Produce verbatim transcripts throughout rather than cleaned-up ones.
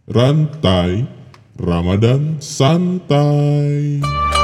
Rantai Ramadan Santai.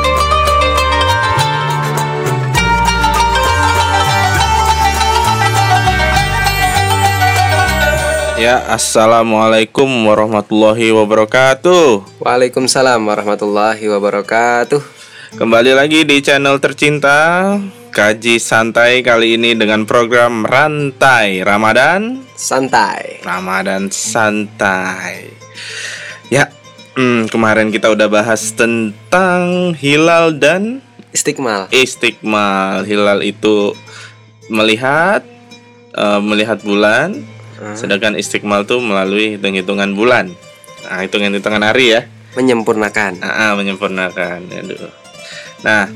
Ya, assalamualaikum warahmatullahi wabarakatuh. Waalaikumsalam warahmatullahi wabarakatuh. Kembali lagi di channel tercinta Kaji Santai, kali ini dengan program Rantai Ramadan Santai. Ramadan Santai. Ya, hmm, kemarin kita udah bahas tentang hilal dan Istiqmal. istiqmal. Hilal itu melihat uh, melihat bulan. Sedangkan istiqmal tuh melalui hitung-hitungan bulan. Nah, hitungan-hitungan hari ya. Menyempurnakan. Ah, menyempurnakan. Aduh. Nah,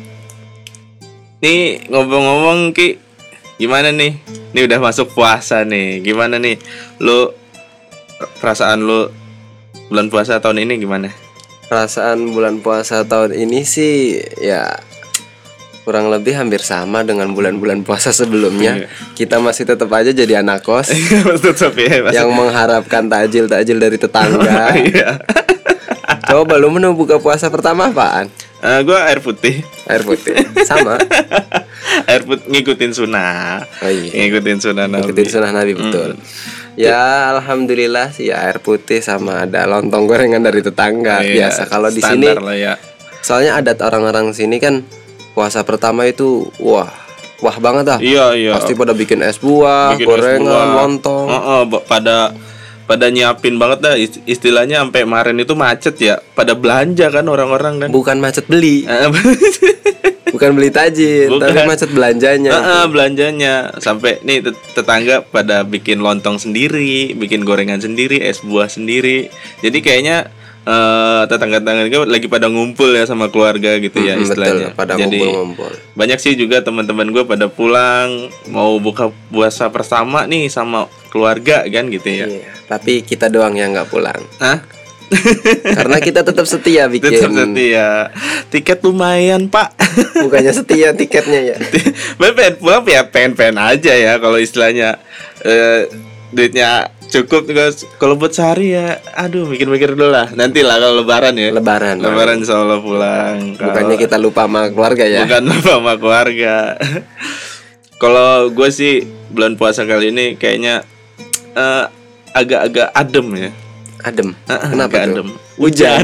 nih ngomong-ngomong Ki, gimana nih? Ini udah masuk puasa nih. Gimana nih? Lu perasaan lu bulan puasa tahun ini gimana? Perasaan bulan puasa tahun ini sih ya kurang lebih hampir sama dengan bulan-bulan puasa sebelumnya. Kita masih tetap aja jadi anak kos Tetap ya, masih. yang mengharapkan takjil-takjil dari tetangga. Iya. Coba lu menu buka puasa pertama apaan? Uh, gue air putih. Air putih. Sama. Air putih ngikutin sunnah. Oh iya. Ngikutin sunnah Nabi. Ngikutin sunnah Nabi, betul. Ya alhamdulillah sih ya, air putih sama ada lontong gorengan dari tetangga. Iya, Biasa kalau di sini. standar lah ya. Soalnya adat orang-orang sini kan puasa pertama itu wah, wah banget dah. Iya, iya. Pasti pada bikin es buah, Bikin es gorengan, buah. lontong. Heeh, ba- pada pada nyiapin banget dah, ist- istilahnya sampai kemarin itu macet ya. Pada belanja kan orang-orang kan. Bukan macet beli, Eh, bukan beli tajin, Bukan. tapi macet belanjanya. Heeh, belanjanya sampai nih tet- tetangga pada bikin lontong sendiri, bikin gorengan sendiri, es buah sendiri. Jadi kayaknya eh, tetangga-tetangga gue lagi pada ngumpul ya sama keluarga gitu ya, Mm, istilahnya. betul, pada Jadi ngumpul-ngumpul. banyak sih juga teman-teman gue pada pulang mau buka puasa bersama nih sama keluarga kan gitu ya. Iya, tapi kita doang yang nggak pulang. Hah? Karena kita tetap setia bikin. Tetap setia. Tiket lumayan pak. Bukannya setia tiketnya ya. Tapi pengen pulang ya pengen-pengen aja ya kalau istilahnya eh, duitnya cukup juga. Kalau buat sehari ya aduh mikir-mikir dulu lah. Nanti lah kalau lebaran ya. Lebaran. Lebaran insya Allah pulang. Bukannya Kalau- kita lupa sama keluarga ya. Bukan lupa sama keluarga. Kalau gue sih bulan puasa kali ini kayaknya eh, agak-agak adem ya. Adem. Ah, Kenapa agak tuh? adem. Hujan.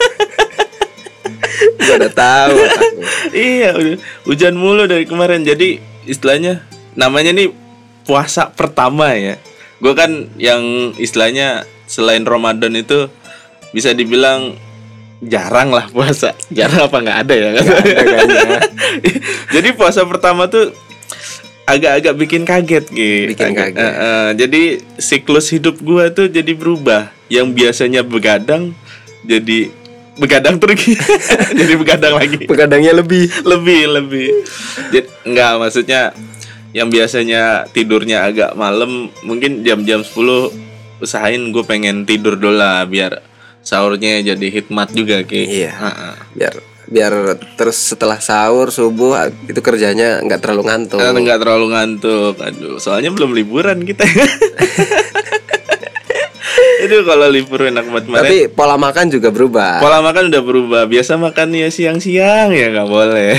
Gua udah tahu. Aku. Iya, udah hujan mulu dari kemarin. Jadi istilahnya namanya nih puasa pertama ya. Gue kan yang istilahnya selain Ramadan itu bisa dibilang jarang lah puasa. Jarang apa nggak ada ya? Nggak ada kayaknya. Jadi puasa pertama tuh agak-agak bikin kaget gitu. Bikin kaget. Jadi siklus hidup gue tuh jadi berubah. Yang biasanya begadang jadi begadang terus. Jadi begadang lagi. Begadangnya lebih. lebih lebih jadi enggak, maksudnya yang biasanya tidurnya agak malam mungkin jam-jam sepuluh usahain gue pengen tidur dulu lah biar sahurnya jadi hikmat juga Ki. Iya. Heeh. Biar biar terus setelah sahur subuh itu kerjanya nggak terlalu ngantuk. Kan enggak terlalu ngantuk. Aduh, soalnya belum liburan kita. Itu kalau libur enak banget kemarin. Tapi pola makan juga berubah. Pola makan udah berubah. Biasa makan ya siang-siang ya nggak boleh.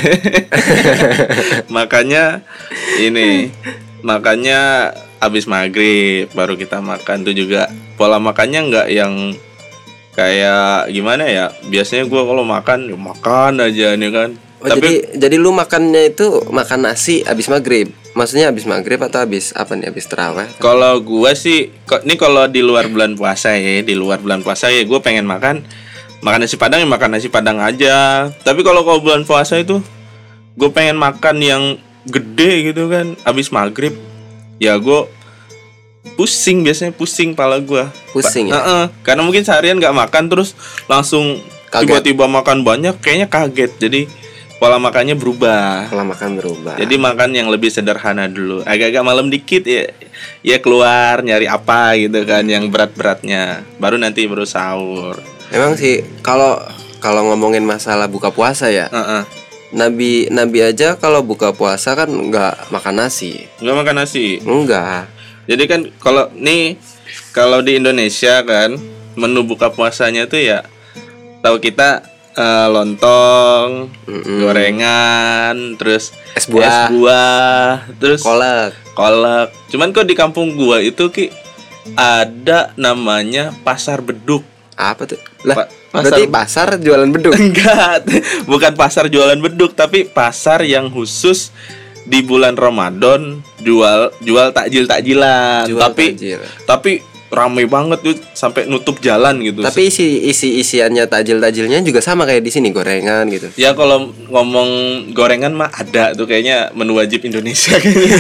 Makanya ini makannya habis maghrib baru kita makan tuh juga. Pola makannya nggak yang kayak gimana ya? Biasanya gue kalau makan ya makan aja nih kan. Oh, jadi jadi lu makannya itu makan nasi habis maghrib. Maksudnya habis maghrib atau habis apa nih? Habis terawih? kalau gue sih, kok ini kalau di luar bulan puasa ya, di luar bulan puasa ya gue pengen makan makan nasi padang ya makan nasi padang aja. Tapi kalau kalau bulan puasa itu gue pengen makan yang gede gitu kan, habis maghrib ya gue pusing, biasanya pusing pala gue. Pusing ya? Heeh, karena mungkin seharian nggak makan terus langsung Kaget. tiba-tiba makan banyak, kayaknya kaget. Jadi pola makannya berubah. Pola makan berubah. Jadi makan yang lebih sederhana dulu. Agak-agak malam dikit ya, ya keluar nyari apa gitu kan, yang berat-beratnya. Baru nanti baru sahur. Emang sih kalau kalau ngomongin masalah buka puasa ya, Heeh. Nabi Nabi aja kalau buka puasa kan nggak makan nasi. Nggak makan nasi. Enggak. Jadi kan kalau nih kalau di Indonesia kan menu buka puasanya tuh ya tahu kita eh, lontong, Mm-mm. gorengan, terus Es buah. es buah, terus Kolak. kolak. Cuman kok di kampung gua itu Ki ada namanya pasar beduk. Apa tuh? Lah, Pa- pasar- berarti pasar jualan beduk. Enggak, bukan pasar jualan beduk, tapi pasar yang khusus di bulan Ramadan jual jual takjil-takjilan. Jual tapi takjil. tapi rame banget tuh sampai nutup jalan gitu. Tapi isi isi isiannya takjil-takjilnya juga sama kayak di sini, gorengan gitu. Ya kalau ngomong gorengan mah ada tuh kayaknya menu wajib Indonesia kayaknya.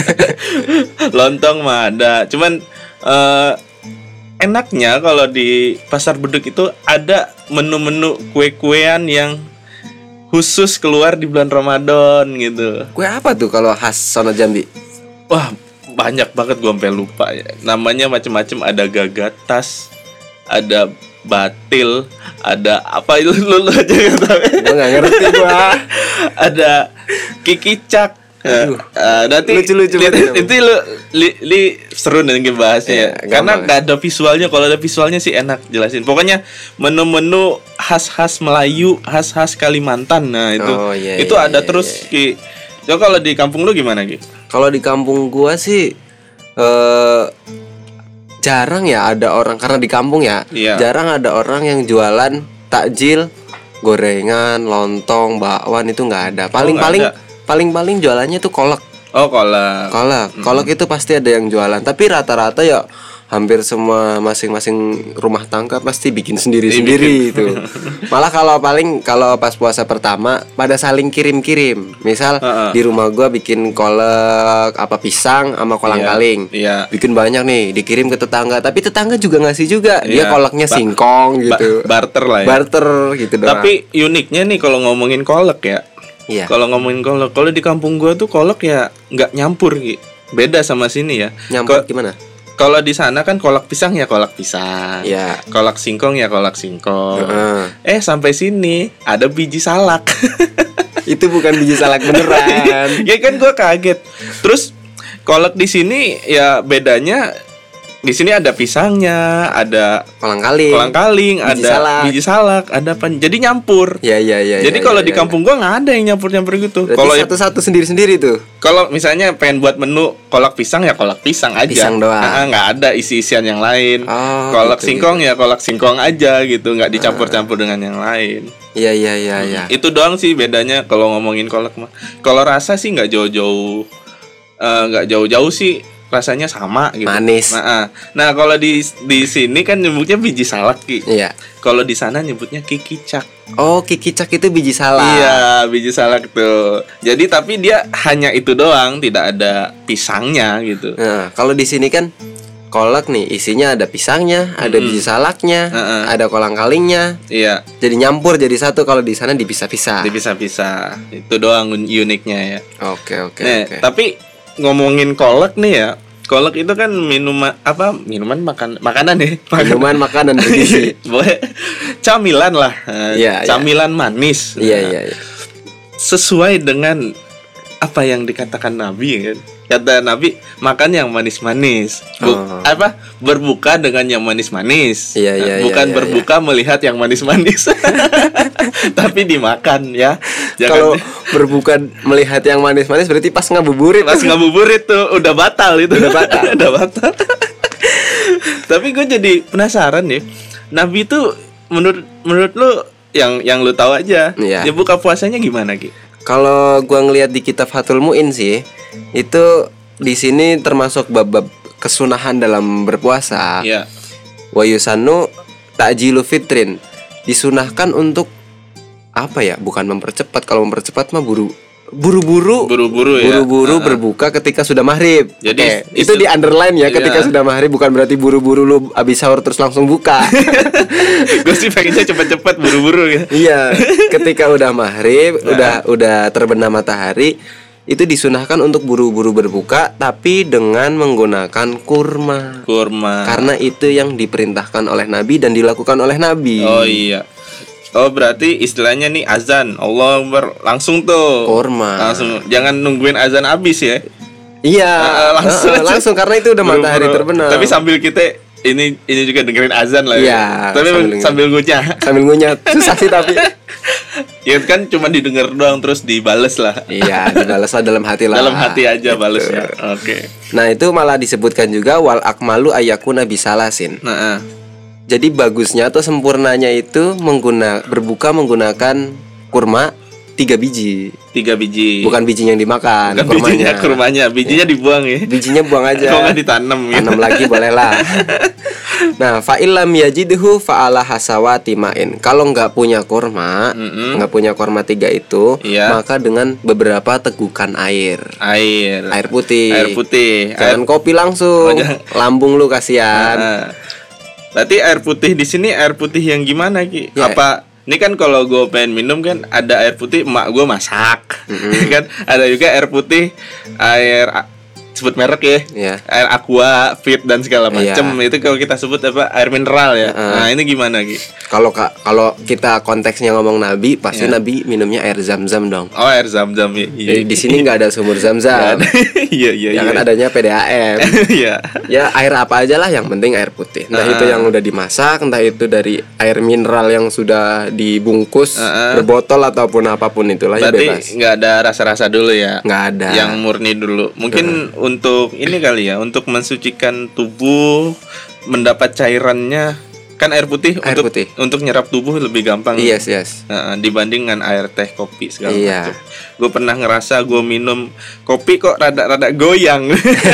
Lontong mah ada. Cuman eh, enaknya kalau di pasar beduk itu ada menu-menu kue-kuean yang khusus keluar di bulan Ramadan gitu. Kue apa tuh kalau khas sono Jambi? Wah, banyak banget gua sampai lupa ya. Namanya macam-macam, ada gagatas, ada batil, ada apa itu lu, lu aja nggak tahu. Gua nggak ngerti gua. Ada kikicak. Aduh. Uh, nanti Lucu-lucu li- banget. itu lu li, li seru nanti bahasnya ya. Iya, Karena gampang. nggak ada visualnya. Kalau ada visualnya sih enak jelasin. Pokoknya menu-menu khas-khas Melayu, khas-khas Kalimantan. Nah itu Oh, iya, itu iya, ada iya, terus iya. Ki. Coba kalau di kampung lu gimana Ki? Kalau di kampung gua sih eh jarang ya ada orang, karena di kampung ya, Iya. jarang ada orang yang jualan takjil, gorengan, lontong, bakwan, itu nggak ada. Paling-paling nggak paling-paling jualannya tuh kolak. Oh kolak. Kolak, kolak itu pasti ada yang jualan. Tapi rata-rata ya hampir semua masing-masing rumah tangga pasti bikin sendiri-sendiri itu. Malah kalau paling kalau pas puasa pertama pada saling kirim-kirim. Misal Heeh. di rumah gua bikin kolak apa pisang sama kolang Iya, kaling. iya. Bikin banyak nih, dikirim ke tetangga. Tapi tetangga juga ngasih juga. Dia Iya. kolaknya Ba- singkong Ba- gitu. barter lah ya. Barter gitu doang. Tapi uniknya nih kalau ngomongin kolak ya. iya. Kalau ngomongin kolak, kalau di kampung gua tuh kolak ya nggak nyampur Ki. Beda sama sini ya. Nyampur Ko- gimana? Kalau di sana kan kolak pisang ya kolak pisang. Iya. Kolak singkong ya kolak singkong. Heeh. Eh sampai sini ada biji salak. Itu bukan biji salak beneran. Ya kan gua kaget. Terus kolak di sini ya bedanya di sini ada pisangnya, ada Kolang kaling. kolang kaling, Biji ada salak. biji salak, ada apa? Jadi nyampur. Ya ya ya. Jadi ya, kalau ya, di ya, kampung gua nggak ada yang nyampur-nyampur gitu. Berarti Kalau satu-satu sendiri-sendiri tuh. kalau misalnya pengen buat menu kolak pisang ya kolak pisang aja. Pisang doang. Nah, nggak ada isi-isian yang lain. Oh, kolak gitu, singkong ya kolak singkong aja gitu, nggak dicampur-campur dengan yang lain. Iya iya iya iya. Itu doang sih bedanya kalau ngomongin kolak mah. Kalau rasa sih nggak jauh-jauh, eh, nggak jauh-jauh sih rasanya sama gitu. Manis. Nah, ah. nah kalau di di sini kan nyebutnya biji salak Ki. Iya. Kalau di sana nyebutnya kikicak. Oh, kikicak itu biji salak. Iya, biji salak tuh. Jadi tapi dia hanya itu doang, tidak ada pisangnya gitu. Nah, kalau di sini kan kolak nih isinya ada pisangnya, ada Mm-mm. biji salaknya, Heeh. ada kolang kalingnya. Iya, Jadi nyampur jadi satu. Kalau di sana dipisah-pisah. dipisah-pisah. Itu doang un- uniknya ya. Oke oke Nih, oke. tapi ngomongin kolak nih ya. Kolak itu kan minuman apa? Minuman makan makanan ya. Minuman makanan bergizi. Boleh camilan lah. Eh, Iya, iya. camilan manis. Iya Nah, iya iya. Sesuai dengan apa yang dikatakan Nabi kan. Kata Nabi makan yang manis-manis. Bu- Oh. Apa? Berbuka dengan yang manis-manis. Iya, iya, iya, Bukan iya, berbuka melihat yang manis-manis. Tapi dimakan ya. Kalau Jangan berbuka melihat yang manis-manis berarti pas ngabuburit. pas ngabuburit tuh udah batal itu. Udah batal. Udah batal. Tapi gue jadi penasaran ya. Nabi itu menurut menurut lu yang yang lu tahu aja. Iya. Dia buka puasanya gimana Ki? Kalau gua ngelihat di kitab Fathul Muin sih, itu di sini termasuk bab-bab kesunahan dalam berpuasa. Iya. Wa yusannu ta'jilu fitrin. Disunahkan untuk apa ya? Bukan mempercepat. Kalau mempercepat mah buru buru-buru Buru-buru ya. buru-buru Ah, ah. berbuka ketika sudah maghrib. Jadi, Oke, itu istu- di underline ya, ketika Iya. sudah maghrib, bukan berarti buru-buru lu abis sahur terus langsung buka. Gue sih pengennya cepet-cepet buru-buru ya. Iya, ketika udah maghrib, Nah. udah udah terbenam matahari, itu disunahkan untuk buru-buru berbuka, tapi dengan menggunakan kurma. Kurma. Karena itu yang diperintahkan oleh Nabi dan dilakukan oleh Nabi. Oh iya. Oh berarti istilahnya nih azan Allah Akbar langsung tuh. Kurma. Langsung. Jangan nungguin azan habis ya. Iya, Ah, langsung eh, eh, aja. langsung karena itu udah matahari Buru-buru. terbenam. Tapi sambil kita ini ini juga dengerin azan lah Iya, ya. Tapi sambil sambil, sambil ngunyah. Sambil ngunyah susah sih tapi. Ya kan cuma didengar doang terus dibales lah. Iya, dibalaslah dalam hati lah. Dalam hati aja Gitu. balesnya. Oke. Nah, itu malah disebutkan juga wal akmalu ayyakuna bisalasin. Nah, ah. Jadi bagusnya atau sempurnanya itu mengguna berbuka menggunakan kurma tiga biji. tiga biji. Bukan biji yang dimakan, Bukan bijinya, kurmanya, bijinya dibuang ya. Bijinya buang aja. Kok nggak ditanam gitu? Tanam lagi boleh lah. Nah, fa'ilam yajidhu fa'ala hasawati ma'in. Kalau nggak punya kurma, Mm-mm. nggak punya kurma tiga itu, Iya. maka dengan beberapa tegukan air, Air. air putih. Air putih. Jangan Air- kopi langsung. Oh, jangan. Lambung lu kasihan. Ah. Berarti air putih di sini air putih yang gimana Ki? Ya. Apa ini kan kalau gue pengen minum kan ada air putih emak gue masak, kan ada juga air putih air sebut merek ya, Iya. air aqua, fit dan segala Iya. macam itu kalau kita sebut apa air mineral ya. Nah ini gimana Ki? Kalau ka- kalau kita konteksnya ngomong Nabi, pasti Ya. Nabi minumnya air zam-zam dong. Oh air zam-zam ya. Jadi di sini nggak ada sumur zam-zam. Iya iya Ya iya. kan adanya P D A M. Iya. Ya air apa aja lah, yang penting air putih. Entah Ah. itu yang udah dimasak, entah itu dari air mineral yang sudah dibungkus, Ah. berbotol ataupun apapun itulah ya bebas. Berarti nggak ada rasa-rasa dulu ya. Nggak ada. Yang murni dulu. Mungkin untuk ini kali ya, untuk mensucikan tubuh, mendapat cairannya kan air putih Air untuk putih. untuk nyerap tubuh lebih gampang. Yes, yes. Nah, dibanding dengan air teh, kopi segala Iya. macam. Gue pernah ngerasa gue minum kopi kok rada-rada goyang.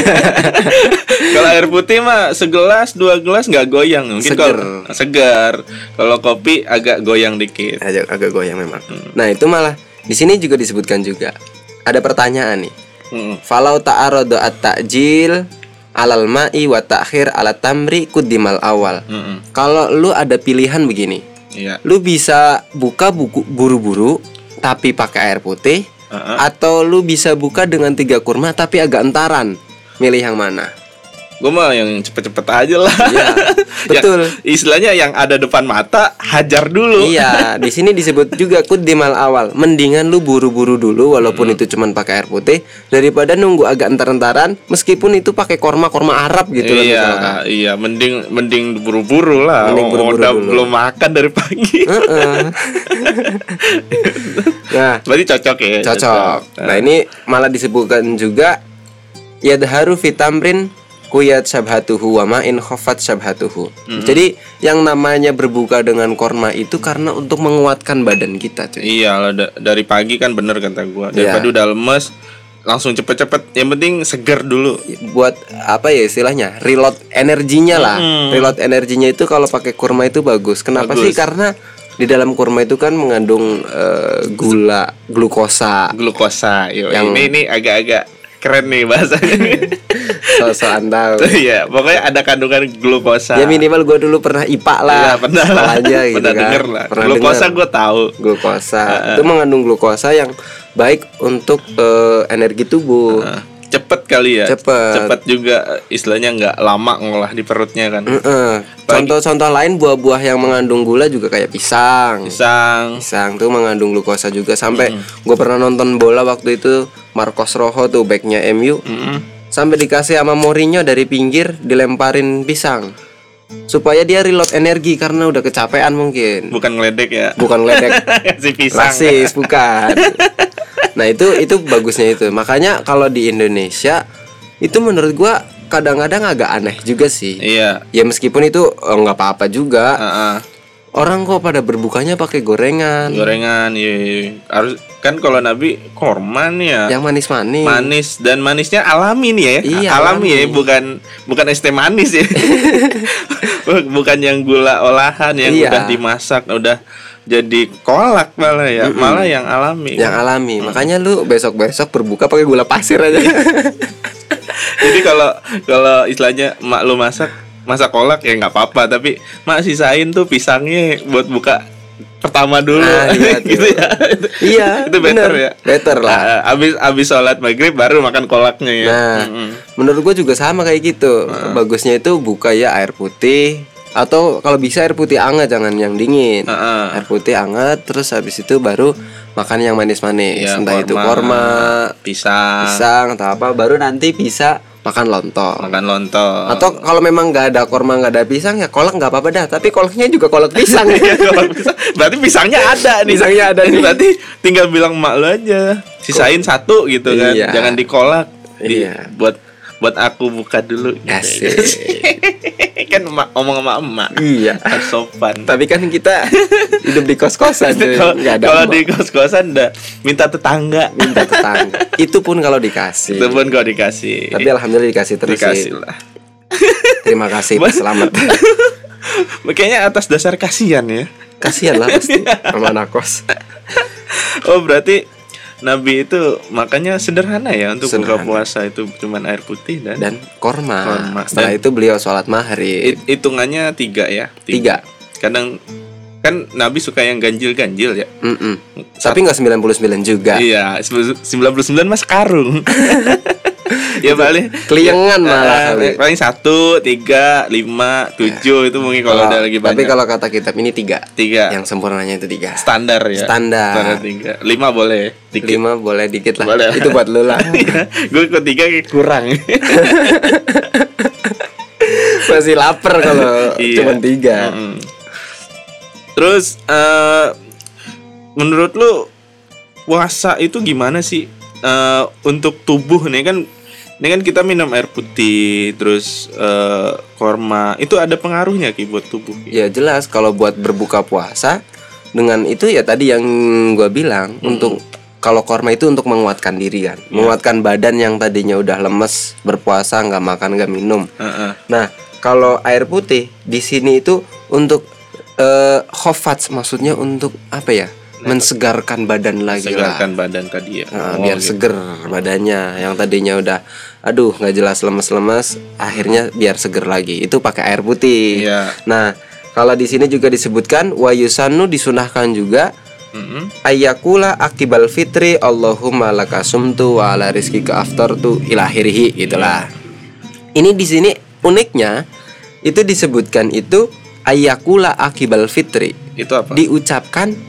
Kalau air putih mah segelas dua gelas nggak goyang, mungkin Seger. kalau segar. Kalau kopi agak goyang dikit. Agak agak goyang memang. Hmm. Nah, itu malah di sini juga disebutkan juga. Ada pertanyaan nih. Mm-mm. Falau ta'aradu at-ta'jil alal ma'i wa ta'khir ala tamri kudimal awal. Mm-mm. Kalau lu ada pilihan begini, Iya. lu bisa buka buku buru-buru tapi pakai air putih, Uh-uh. atau lu bisa buka dengan tiga kurma tapi agak entaran. Milih yang mana? Gue mah yang cepet-cepet aja lah. Iya, betul. Ya, istilahnya yang ada depan mata hajar dulu. Iya, di sini disebut juga kudimal awal. Mendingan lu buru-buru dulu walaupun itu cuman pakai air putih daripada nunggu agak entar-entaran meskipun itu pakai korma-korma Arab gitu loh Iya, misalkan. iya, mending mending buru-buru lah. Mending Oh, buru-buru udah dulu. belum makan dari pagi. Heeh. Nah, Berarti cocok ya. cocok. Nah, ini malah disebutkan juga yadharu fitamrin kuyat syabhatuhu wa ma'in khafat syabhatuhu. Jadi yang namanya berbuka dengan korma itu karena untuk menguatkan badan kita, cuy. Iya, lah, da- dari pagi kan bener kata gua. Daripada Iya. udah lemes langsung cepet-cepet. Yang penting seger dulu. Buat apa ya istilahnya? Reload energinya lah. Mm-mm. Reload energinya itu kalau pakai kurma itu bagus. Kenapa Bagus. sih? Karena di dalam kurma itu kan mengandung eh, gula, glukosa. Glukosa. Yo, Yang- ini ini agak-agak keren nih bahasanya. So-soan tahu. Iya, pokoknya ada kandungan glukosa. Ya minimal gue dulu pernah I P A lah. Iya, pernah lah. aja gitu Pernah kan. denger lah. Pernah Glukosa denger. gue tahu. Glukosa itu mengandung glukosa yang baik untuk eh, energi tubuh. Nah, cepet kali ya. Cepet. Cepet juga istilahnya nggak lama ngolah di perutnya kan. Heeh. Contoh-contoh lain buah-buah yang mengandung gula juga kayak pisang. Pisang. Pisang tuh mengandung glukosa juga. Sampai gue pernah nonton bola waktu itu, Marcos Rojo tuh backnya M U, Mm-mm. sampai dikasih sama Mourinho dari pinggir dilemparin pisang supaya dia reload energi karena udah kecapean mungkin. Bukan ngeledek ya. Bukan ledek Si pisang. rasis, bukan. Nah itu itu bagusnya itu. Makanya kalau di Indonesia itu menurut gua kadang-kadang agak aneh juga sih. Iya. Ya meskipun itu eh, nggak apa-apa juga. Heeh. Orang kok pada berbukanya pakai gorengan, Gorengan, iya, iya. Harus kan kalau Nabi korman ya. yang manis-manis. Manis dan manisnya alami nih ya. Iya, alami, ya, alami. bukan bukan es teh manis ya. Bukan yang gula olahan yang Iya. udah dimasak, udah jadi kolak malah ya. Malah yang alami. Yang alami. Makanya lu besok-besok berbuka pakai gula pasir aja. Jadi kalau kalau istilahnya mak lu masak masak kolak ya nggak apa-apa, tapi mak sisain tuh pisangnya buat buka pertama dulu. Nah, iya tuh. Gitu ya. Iya, Itu better bener. ya. Better lah. Ah, abis abis sholat maghrib baru makan kolaknya ya. Nah, Mm-mm. menurut gua juga sama kayak gitu. Bagusnya itu buka ya air putih, atau kalau bisa air putih hangat, jangan yang dingin. Heeh. Air putih hangat, terus habis itu baru makan yang manis-manis. Iya, Entah itu korma, korma, pisang. pisang atau apa, baru nanti bisa makan lontong. Makan lontong. Atau kalau memang nggak ada korma, nggak ada pisang, ya kolak nggak apa-apa dah. Tapi kolaknya juga kolak pisang. Kolak pisang. Berarti pisangnya ada nih. Pisangnya ada nih. Berarti tinggal bilang mak lu aja, sisain satu gitu kan. Iya. Jangan dikolak. Di, Iya. Buat buat aku buka dulu. Gitu. Asik. Kan emak, omong sama emak. Iya. Harus sopan. Tapi kan kita hidup di kos-kosan, tuh, Kalau nggak ada kalau emak. di kos-kosan dah minta tetangga. Minta tetangga. Itu pun kalau dikasih. Itu pun kalau dikasih. Tapi alhamdulillah dikasih terus dikasih sih. lah. Terima kasih Pak, selamat. Kayaknya atas dasar kasihan ya. Kasihan lah pasti sama anak kos. Oh berarti Nabi itu makanya sederhana ya untuk buka Sederhana. puasa itu cuman air putih dan, Dan korma. Korma. Setelah Dan- itu beliau sholat maghrib. It- hitungannya tiga ya. Tiga. Kadang kan Nabi suka yang ganjil-ganjil ya. Mm-mm. Tapi nggak sembilan puluh sembilan juga. Iya, sembilan puluh sembilan mas karung. Ya paling Keliengan Ah, malah kali. paling satu, tiga, lima, tujuh itu mungkin kalau udah lagi banyak. Tapi kalau kata kitab ini tiga. tiga Yang sempurnanya itu tiga. standar ya. Standar. tiga. Lima boleh. Dikit. Lima boleh dikit lah. Boleh. Itu buat lu lah. Gue ke tiga kayak kurang. Masih lapar kalau Iya. cuma tiga. Mm-mm. Terus eh menurut lu puasa itu gimana sih eh untuk tubuh nih kan? Ini kan kita minum air putih, terus eh korma, itu ada pengaruhnya Ki buat tubuh Ki? Ya jelas kalau buat berbuka puasa dengan itu ya tadi yang gua bilang untuk kalau korma itu untuk menguatkan diri kan, menguatkan badan yang tadinya udah lemes berpuasa nggak makan nggak minum. Heeh. Nah kalau air putih di sini itu untuk eh khofats, maksudnya untuk apa ya? Mensegarkan badan lagi lah. Segarkan badan tadi ya. Nah, Oh, biar gitu. seger badannya yang tadinya udah aduh nggak jelas lemes-lemes, akhirnya biar seger lagi. Itu pakai air putih. Iya. Nah, kalau di sini juga disebutkan wa yusannu, disunahkan juga Mm-mm. ayyakula akibal fitri Allahumma lakasumtu wa ala rizkika aftartu ila akhirih gitulah. Ini di sini uniknya itu disebutkan itu ayyakula akibal fitri. Itu apa? Diucapkan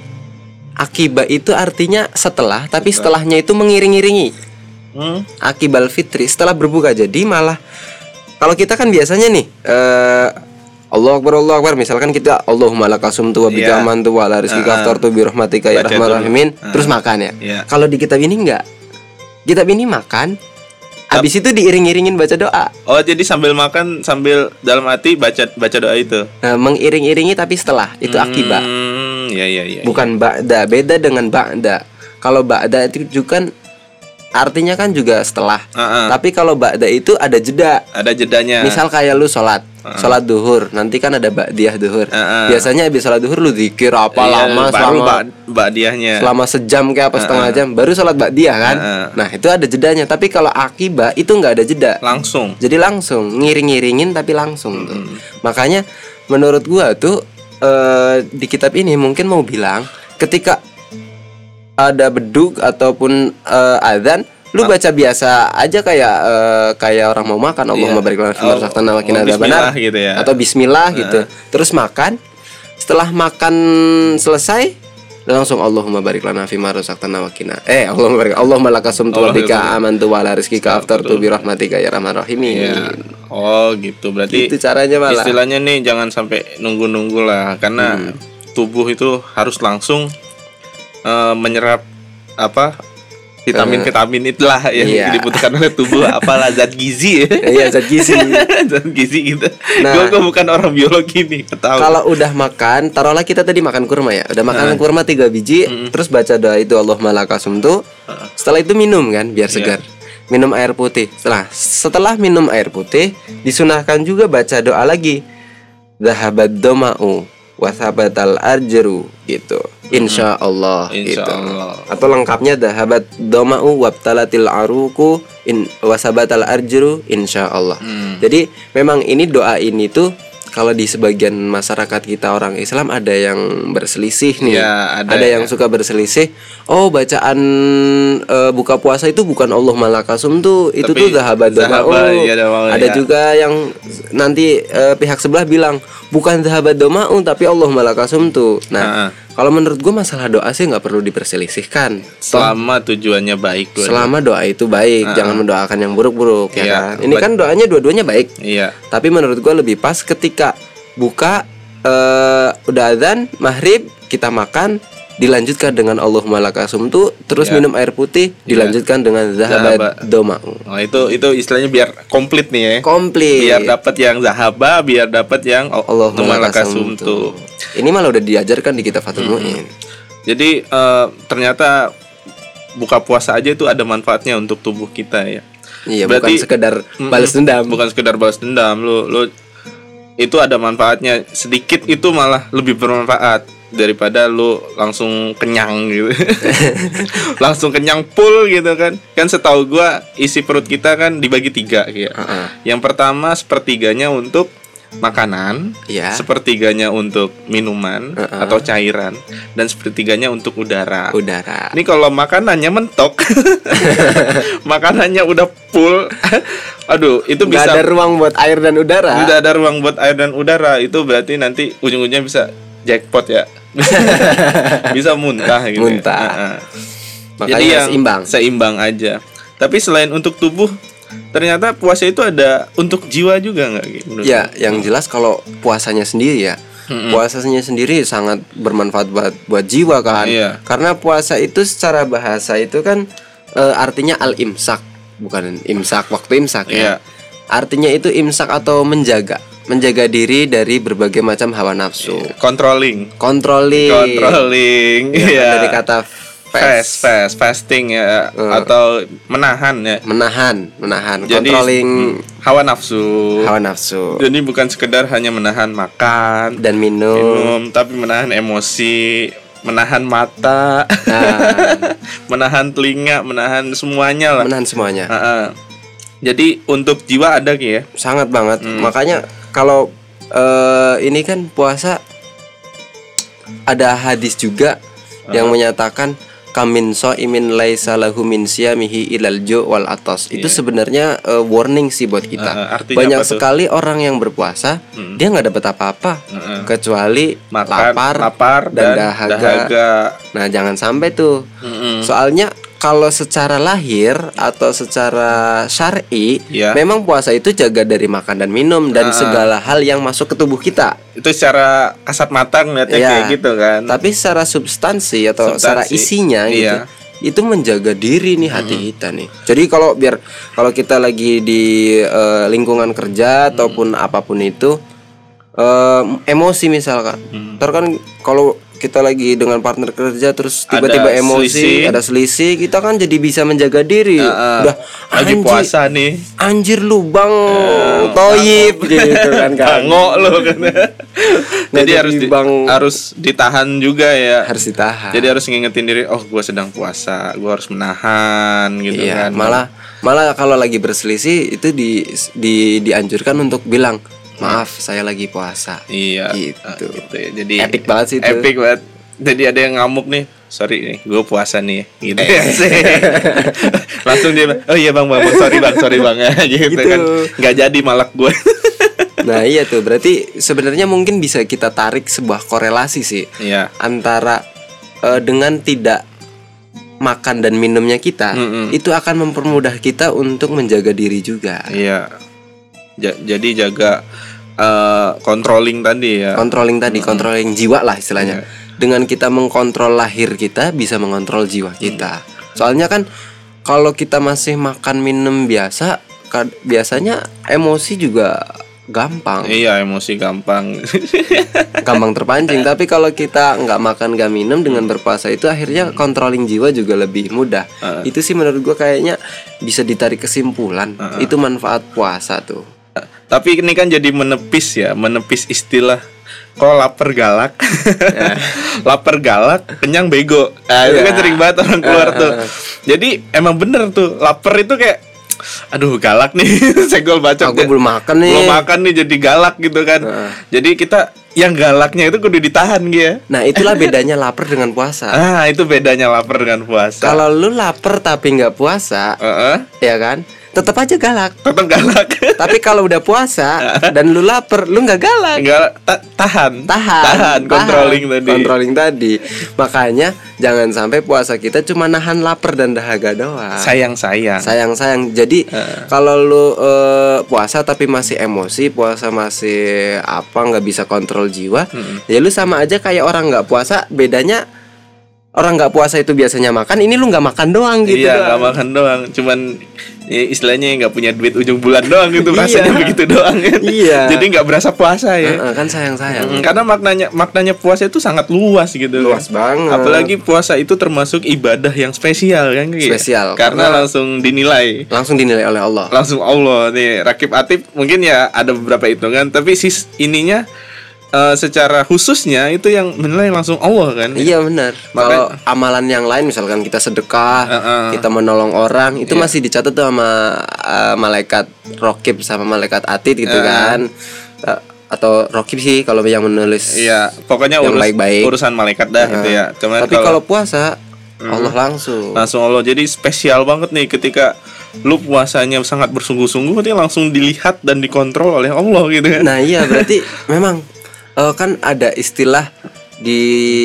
akiba itu artinya setelah, tapi setelahnya itu mengiring-iringi. Hmm? Akibal fitri setelah berbuka. Jadi malah kalau kita kan biasanya nih eh Allahu Akbar, Allahu Akbar, misalkan kita Allahumma lakasumtu wa bika Iya. amantu wa ala rizkika Uh-uh. aftartu bi rahmatika ya Baca rahman dulu. rahimin, Uh-uh. terus makan ya. Iya. Kalau di kitab ini enggak. Kitab ini makan, habis itu diiring-iringin baca doa. Oh jadi sambil makan sambil dalam hati baca baca doa itu. Nah, mengiring-iringi tapi setelah itu akiba. Hmm, ya ya ya. Bukan ba'da, beda dengan ba'da. Kalau ba'da itu juga kan artinya kan juga setelah. Uh-uh. Tapi kalau ba'da itu ada jeda. Ada jedanya. Misal kayak lu sholat, sholat duhur, nanti kan ada ba'diyah duhur. Uh-uh. Biasanya habis sholat duhur lu zikir apa Iya, lama baru selama ba- ba'diyahnya. selama sejam kayak apa setengah jam, baru sholat ba'diyah kan. Uh-uh. Nah itu ada jedanya. Tapi kalau akibah itu nggak ada jeda. Langsung. Jadi langsung ngiring-ngiringin tapi langsung tuh. Makanya menurut gua tuh eh, di kitab ini mungkin mau bilang ketika ada beduk ataupun eh, adzan, lu baca biasa aja kayak eh, kayak orang mau makan, Allahumma Iya. barik lana Oh, fima razaqtana wa oh, qina adzabannar bismillah gitu ya. atau bismillah gitu. Terus makan, setelah makan selesai langsung Allahumma barik lana fima razaqtana wa qina eh Allahumma barik Allahumma lakasumtu wa Allah bika betul. amantu wa ala rizkika aftartu bi rahmatika ya rahman rahimin. Iya. Oh gitu berarti Itu caranya malah. istilahnya nih jangan sampai nunggu-nunggu lah karena Hmm. tubuh itu harus langsung eh, menyerap apa vitamin-vitamin itulah yang Iya. dibutuhkan oleh tubuh apalah zat gizi ya. Iya, zat gizi. Zat gizi gitu. Nah. Gue bukan orang biologi nih, ketahui. Kalau udah makan, taruhlah kita tadi makan kurma ya. Udah makan kurma tiga biji, terus baca doa itu Allahumma lakasumtu. Setelah itu minum kan biar segar. Minum air putih. Setelah setelah minum air putih, disunahkan juga baca doa lagi. Zahabat doma'u wasabatal arjeru gitu. Insya Allah Insya gitu. Allah. Atau lengkapnya zahabat doma'u wabtalatil aruku in wasabatal arjeru insya Allah. Hmm. Jadi memang ini doa ini tuh kalau di sebagian masyarakat kita orang Islam ada yang berselisih nih. Ya, ada ada ya. yang suka berselisih. Oh, bacaan eh, buka puasa itu bukan Allah malakasum tuh, itu Tapi tuh zahabat zahabat, doma'u. ya, doma'u, Ada ya. juga yang nanti eh, pihak sebelah bilang bukan zahabat doma'u tapi Allah malakasum tuh. Nah, Ha-ha. Kalau menurut gue masalah doa sih nggak perlu diperselisihkan. Selama tujuannya baik. Dua-dua. Selama doa itu baik, Uh-uh. jangan mendoakan yang buruk-buruk ya Iya, kan. Ini bet- kan doanya dua-duanya baik. Iya. Tapi menurut gue lebih pas ketika buka eh, udah adzan maghrib kita makan, dilanjutkan dengan Allahumma lakasumtu, terus Iya. minum air putih, Iya. dilanjutkan dengan Zahaba. zahabat doma. Oh, itu itu istilahnya biar komplit nih ya. Komplit. Biar dapat yang zahaba, biar dapat yang Allahumma lakasumtu. lakasumtu. Ini malah udah diajarkan di kitab Fathul Mu'in. Jadi eh, ternyata buka puasa aja itu ada manfaatnya untuk tubuh kita ya. Iya, Berarti- bukan sekedar Mm-mm. balas dendam. Bukan sekedar balas dendam, lu lu itu ada manfaatnya. Sedikit itu malah lebih bermanfaat daripada lu langsung kenyang gitu. Langsung kenyang full gitu kan. Kan setahu gua isi perut kita kan dibagi tiga ya. Uh-uh. Yang pertama sepertiganya untuk makanan, Iya. sepertiganya untuk minuman Uh-uh. atau cairan, dan sepertiganya untuk udara. Udara. Ini kalau makanannya mentok, makanannya udah full, aduh itu Nggak bisa ada ruang buat air dan udara. tidak ada ruang buat air dan udara, itu berarti nanti ujung-ujungnya bisa jackpot ya, bisa muntah gitu. ya. Muntah. Heeh. Makanya Jadi yang seimbang. seimbang aja. Tapi selain untuk tubuh, ternyata puasa itu ada untuk jiwa juga nggak? Gitu, menurut Ya, lu? yang jelas kalau puasanya sendiri ya, Mm-mm. puasanya sendiri sangat bermanfaat buat buat jiwa kan. Iya. Karena puasa itu secara bahasa itu kan eh, artinya al-imsak, bukan imsak waktu imsak Iya. ya. Artinya itu imsak atau menjaga, menjaga diri dari berbagai macam hawa nafsu. Controlling, Controlling. controlling, Ya, iya. dari kata fast, fast, fast, fasting ya, Uh. atau menahan ya. menahan, menahan, Jadi controlling hmm, hawa nafsu. hawa nafsu Jadi bukan sekedar hanya menahan makan, dan minum. minum, tapi menahan emosi, menahan mata, Nah, menahan telinga, menahan semuanya lah. menahan semuanya. Ha-ha. Jadi untuk jiwa ada Ki ya. Sangat banget. Hmm. Makanya kalau eh, ini kan puasa ada hadis juga yang menyatakan kamin so imin laisa lahu min siyamihi ilal ju wal atos. Itu Iya. sebenarnya eh, warning sih buat kita. Uh, artinya Banyak apa tuh? sekali orang yang berpuasa Hmm. dia nggak dapat apa-apa Uh-uh. kecuali Makan, lapar, lapar dan, dan, dahaga. dahaga. Nah, jangan sampai tuh. Mm-mm. Soalnya kalau secara lahir atau secara syar'i, Iya. memang puasa itu jaga dari makan dan minum dan Ah. segala hal yang masuk ke tubuh kita. Itu secara kasat mata ngeliatnya Iya. kayak gitu kan. Tapi secara substansi atau secara Substansi. isinya gitu, Iya. itu menjaga diri nih hati kita nih. Jadi kalau biar kalau kita lagi di eh, lingkungan kerja ataupun apapun itu, eh, emosi misalkan, Hmm. ntar kan kalau kita lagi dengan partner kerja terus tiba-tiba Ada emosi, selisih. ada selisih, kita kan jadi bisa menjaga diri. Uh-uh. Udah lagi anjir, puasa nih. anjir lu bang, toyib gitu kan kan. Bangok lo kan. Jadi jadi harus di- bang. harus ditahan juga ya. Harus ditahan. Jadi harus ngingetin diri, oh gue sedang puasa, gue harus menahan gitu Iya, kan. malah malah kalau lagi berselisih itu di, di dianjurkan untuk bilang maaf saya lagi puasa. Iya. Gitu. ah, gitu ya. Jadi Epic banget sih itu. Epic banget. Jadi ada yang ngamuk nih. Sorry nih, gue puasa nih, gitu Eh. ya. Langsung dia, bilang, oh iya bang, bang, bang, sorry bang, sorry bang, gitu, Gitu. kan, nggak jadi malak gue. Nah iya tuh berarti sebenarnya mungkin bisa kita tarik sebuah korelasi sih Iya. antara eh, dengan tidak makan dan minumnya kita, Mm-mm. itu akan mempermudah kita untuk menjaga diri juga. Iya. Ja- jadi jaga eh, controlling tadi ya. Controlling tadi, controlling jiwa lah istilahnya. Iya. Dengan kita mengkontrol lahir kita, bisa mengontrol jiwa kita. Soalnya kan kalau kita masih makan minum biasa, kad- biasanya emosi juga gampang, Iya, emosi gampang. gampang terpancing. Tapi kalau kita nggak makan nggak minum dengan berpuasa itu akhirnya controlling jiwa juga lebih mudah. Uh-uh. Itu sih menurut gua kayaknya bisa ditarik kesimpulan. Uh-uh. Itu manfaat puasa tuh. Tapi ini kan jadi menepis ya, menepis istilah kalau lapar galak, lapar galak, kenyang bego. Nah, itu kan Ya. sering banget orang keluar tuh. Jadi emang bener tuh, lapar itu kayak, aduh galak nih, senggol bacok. Aku belum makan nih. Belum makan nih jadi galak gitu kan. Heeh. Jadi kita yang galaknya itu kudu ditahan gitu ya. Nah itulah bedanya lapar dengan puasa. Ah, itu bedanya lapar dengan puasa. Kalau lu lapar tapi nggak puasa, Heeh. ya kan? tetap aja galak. tetap galak. Tapi kalau udah puasa dan lu lapar, lu nggak galak. Enggak ta- tahan. Tahan, tahan, controlling tahan, tadi. Controlling tadi. Makanya jangan sampai puasa kita cuma nahan lapar dan dahaga doang. Sayang-sayang. Sayang-sayang. Jadi Uh. kalau lu uh, puasa tapi masih emosi, puasa masih apa nggak bisa kontrol jiwa, Mm-mm. ya lu sama aja kayak orang nggak puasa. Bedanya orang nggak puasa itu biasanya makan, ini lu nggak makan doang gitu. Iya, doang. nggak makan doang. Cuman ya, istilahnya nggak punya duit ujung bulan doang gitu. Rasanya Iya. begitu doang kan. Iya. Jadi nggak berasa puasa ya. Uh-uh, kan sayang-sayang. Mm, Karena maknanya maknanya puasa itu sangat luas gitu. Luas kan. banget. Apalagi puasa itu termasuk ibadah yang spesial kan. Gitu. Spesial, Karena, karena- langsung dinilai. Langsung dinilai oleh Allah. Langsung Allah nih Rakib Atib mungkin ya ada beberapa hitungan tapi sis ininya eh, secara khususnya itu yang menilai langsung Allah kan. Iya benar. Kalau amalan yang lain misalkan kita sedekah, Uh-uh. kita menolong orang, itu Iya. masih dicatat tuh sama uh, malaikat Rokib sama malaikat Atid gitu Uh. kan. Uh, atau Rokib sih kalau yang menulis. Iya, pokoknya Yang urus, baik-baik. urusan malaikat dah Uh, gitu ya. Cuman Tapi kalau puasa Allah langsung. langsung Allah jadi spesial banget nih ketika lu puasanya sangat bersungguh-sungguh dia langsung dilihat dan dikontrol oleh Allah gitu kan. Nah iya berarti memang uh, kan ada istilah di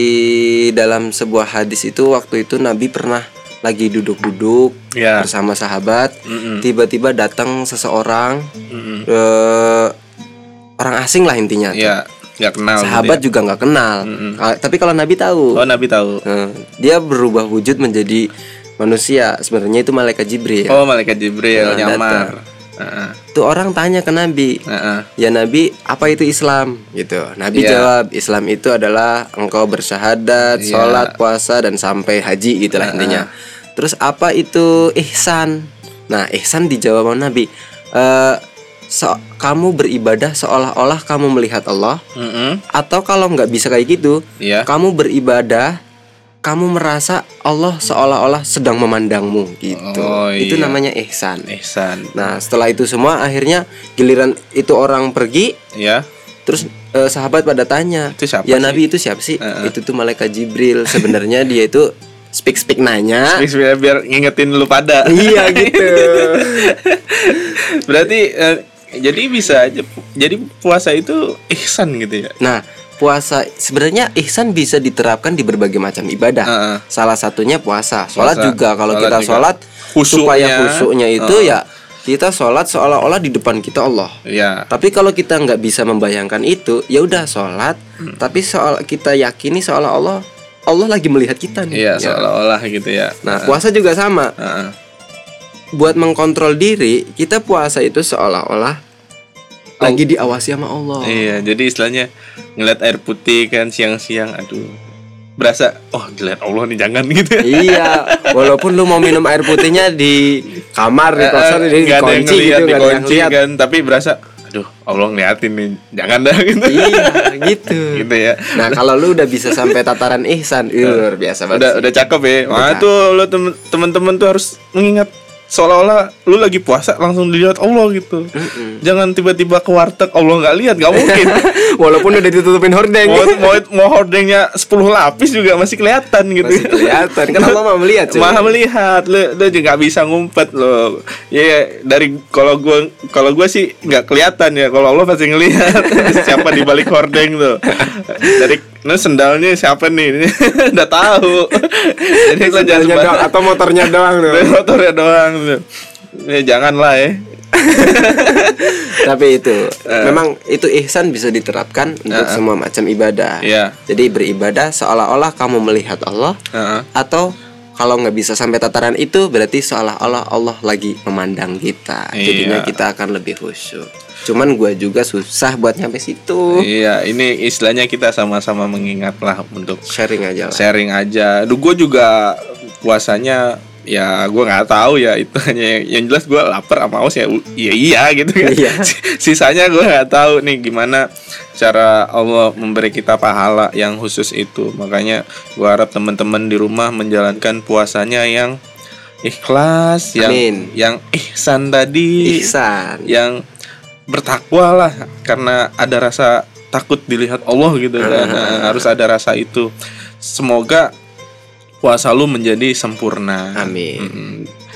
dalam sebuah hadis itu waktu itu Nabi pernah lagi duduk-duduk Ya. bersama sahabat, Mm-mm. tiba-tiba datang seseorang, Mm-mm. eh, orang asing lah intinya. Ya, nggak kenal. Sahabat gitu juga nggak kenal. Mm-mm. Ah, tapi kalau Nabi tahu, ya. Oh, Nabi tahu. Eh, dia berubah wujud menjadi manusia. Sebenarnya itu malaikat Jibril. Oh, malaikat Jibril Nah, nyamar. Heeh. Tuh orang tanya ke Nabi, Heeh. ya Nabi, apa itu Islam? Gitu. Nabi Iya. jawab, Islam itu adalah engkau bersyahadat, Iya. sholat, puasa, dan sampai haji gitulah Nah. intinya. Terus apa itu ihsan? Nah ihsan dijawab sama Nabi, eh so- kamu beribadah seolah-olah kamu melihat Allah, Mm-mm. atau kalau nggak bisa kayak gitu, Iya. kamu beribadah, kamu merasa Allah seolah-olah sedang memandangmu gitu. Oh, Itu iya. namanya ihsan. Ihsan. Nah setelah itu semua akhirnya giliran itu orang pergi, Ya. terus eh, sahabat pada tanya, Itu siapa ya sih?" Nabi itu siapa sih? Heeh. Itu tuh malaikat Jibril. Sebenarnya dia itu speak speak nanya. Biar, biar ngingetin lu pada. Iya gitu. Berarti eh, jadi bisa aja pu- jadi puasa itu ihsan gitu ya. Nah puasa sebenarnya ihsan bisa diterapkan di berbagai macam ibadah. Heeh. Salah satunya puasa. Sholat Puasa. juga kalau Sholat kita juga. sholat Khusyuknya. supaya khusyuknya itu Heeh. ya kita sholat seolah-olah di depan kita Allah. Ya. Tapi kalau kita nggak bisa membayangkan itu, ya udah sholat. Hmm. Tapi soal kita yakini seolah-olah Allah lagi melihat kita nih. Iya, Ya. seolah-olah gitu ya. Nah puasa juga sama. Heeh. Buat mengkontrol diri, kita puasa itu seolah-olah lagi diawasi sama Allah. Iya, jadi istilahnya ngeliat air putih kan siang-siang, aduh, berasa, oh dilihat Allah nih jangan gitu. Iya, walaupun lu mau minum air putihnya di kamar, di kosan, di Nggak ada yang dikunci ngeliat, gitu, nggak ada yang dikunci lihat. kan, tapi berasa, aduh, Allah ngeliatin nih, jangan dah gitu. Iya, gitu. Gitu ya. Nah, kalau lu udah bisa sampai tataran ihsan, ih, luar biasa banget. Udah sih. udah cakep ya. Udah Wah, cakep. tuh lo temen- teman-teman tuh harus mengingat seolah-olah lu lagi puasa langsung dilihat Allah gitu. Mm-mm. Jangan tiba-tiba ke warteg Allah nggak lihat, nggak mungkin. Walaupun udah ditutupin hordeng. mau, mau mau hordengnya sepuluh lapis juga masih kelihatan gitu. Masih kelihatan. Kan Allah mau melihat, cuy. Maha melihat, lu, lu juga nggak bisa ngumpet lo. Ya dari kalau gua kalau gua sih nggak kelihatan ya. Kalau Allah pasti ngelihat siapa di balik hordeng tuh. Dari nah sendalnya siapa nih? Udah tahu. Jadi lo jangan Sendalnya doang, sembarang- atau motornya doang tuh. motornya doang tuh. Ya janganlah ya. Tapi itu memang itu ihsan bisa diterapkan untuk Uh-uh. semua macam ibadah. Iya. Jadi beribadah seolah-olah kamu melihat Allah, Heeh. atau kalau nggak bisa sampai tataran itu berarti seolah-olah Allah lagi memandang kita. Iya. Jadinya kita akan lebih khusyuk. Cuman gua juga susah buat nyampe situ. Iya, ini istilahnya kita sama-sama mengingat lah untuk Sharing aja lah. sharing aja. Duh, gue juga puasanya ya gue nggak tahu ya itu hanya yang jelas gue lapar sama haus ya iya iya gitu kan. Iya. Sisanya gue nggak tahu nih gimana cara Allah memberi kita pahala yang khusus itu. Makanya gue harap teman-teman di rumah menjalankan puasanya yang ikhlas, yang Amin. yang ihsan tadi, Ihsan. yang bertakwa lah karena ada rasa takut dilihat Allah gitu kan. Nah, harus ada rasa itu. Semoga puasa lu menjadi sempurna. Amin. Mm-mm.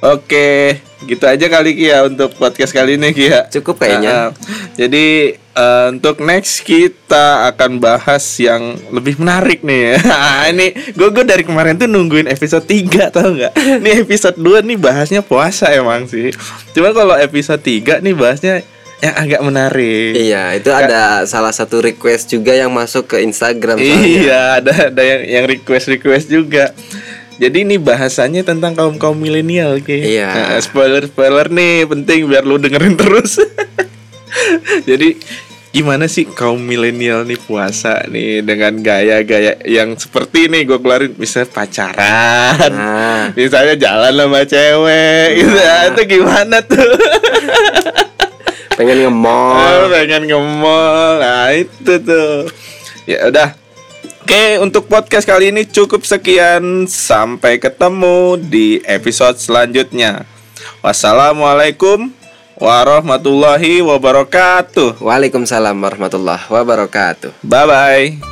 Oke, gitu aja kali Ki ya untuk podcast kali ini Ki ya. Cukup kayaknya. Nah, jadi eh, untuk next kita akan bahas yang lebih menarik nih ya. Ini gue gue dari kemarin tuh nungguin episode tiga, tau nggak? Ini episode dua nih bahasnya puasa emang sih. Cuma kalau episode tiga nih bahasnya yang agak menarik. Iya, itu ada salah satu request juga yang masuk ke Instagram soalnya. Iya, ada ada yang yang request request juga. Jadi ini bahasanya tentang kaum kaum milenial, Ki. Iya. Nah, spoiler spoiler nih penting biar lu dengerin terus. Jadi gimana sih kaum milenial nih puasa nih dengan gaya-gaya yang seperti ini gue keluarin, misalnya pacaran, Nah. misalnya jalan sama cewek, gitu. Nah. Itu gimana tuh? Pengen Oh, nge-mall. pengen nge-mall. Nah itu tuh. Ya udah. Oke, untuk podcast kali ini cukup sekian. Sampai ketemu di episode selanjutnya. Wassalamualaikum warahmatullahi wabarakatuh. Waalaikumsalam warahmatullahi wabarakatuh. Bye bye.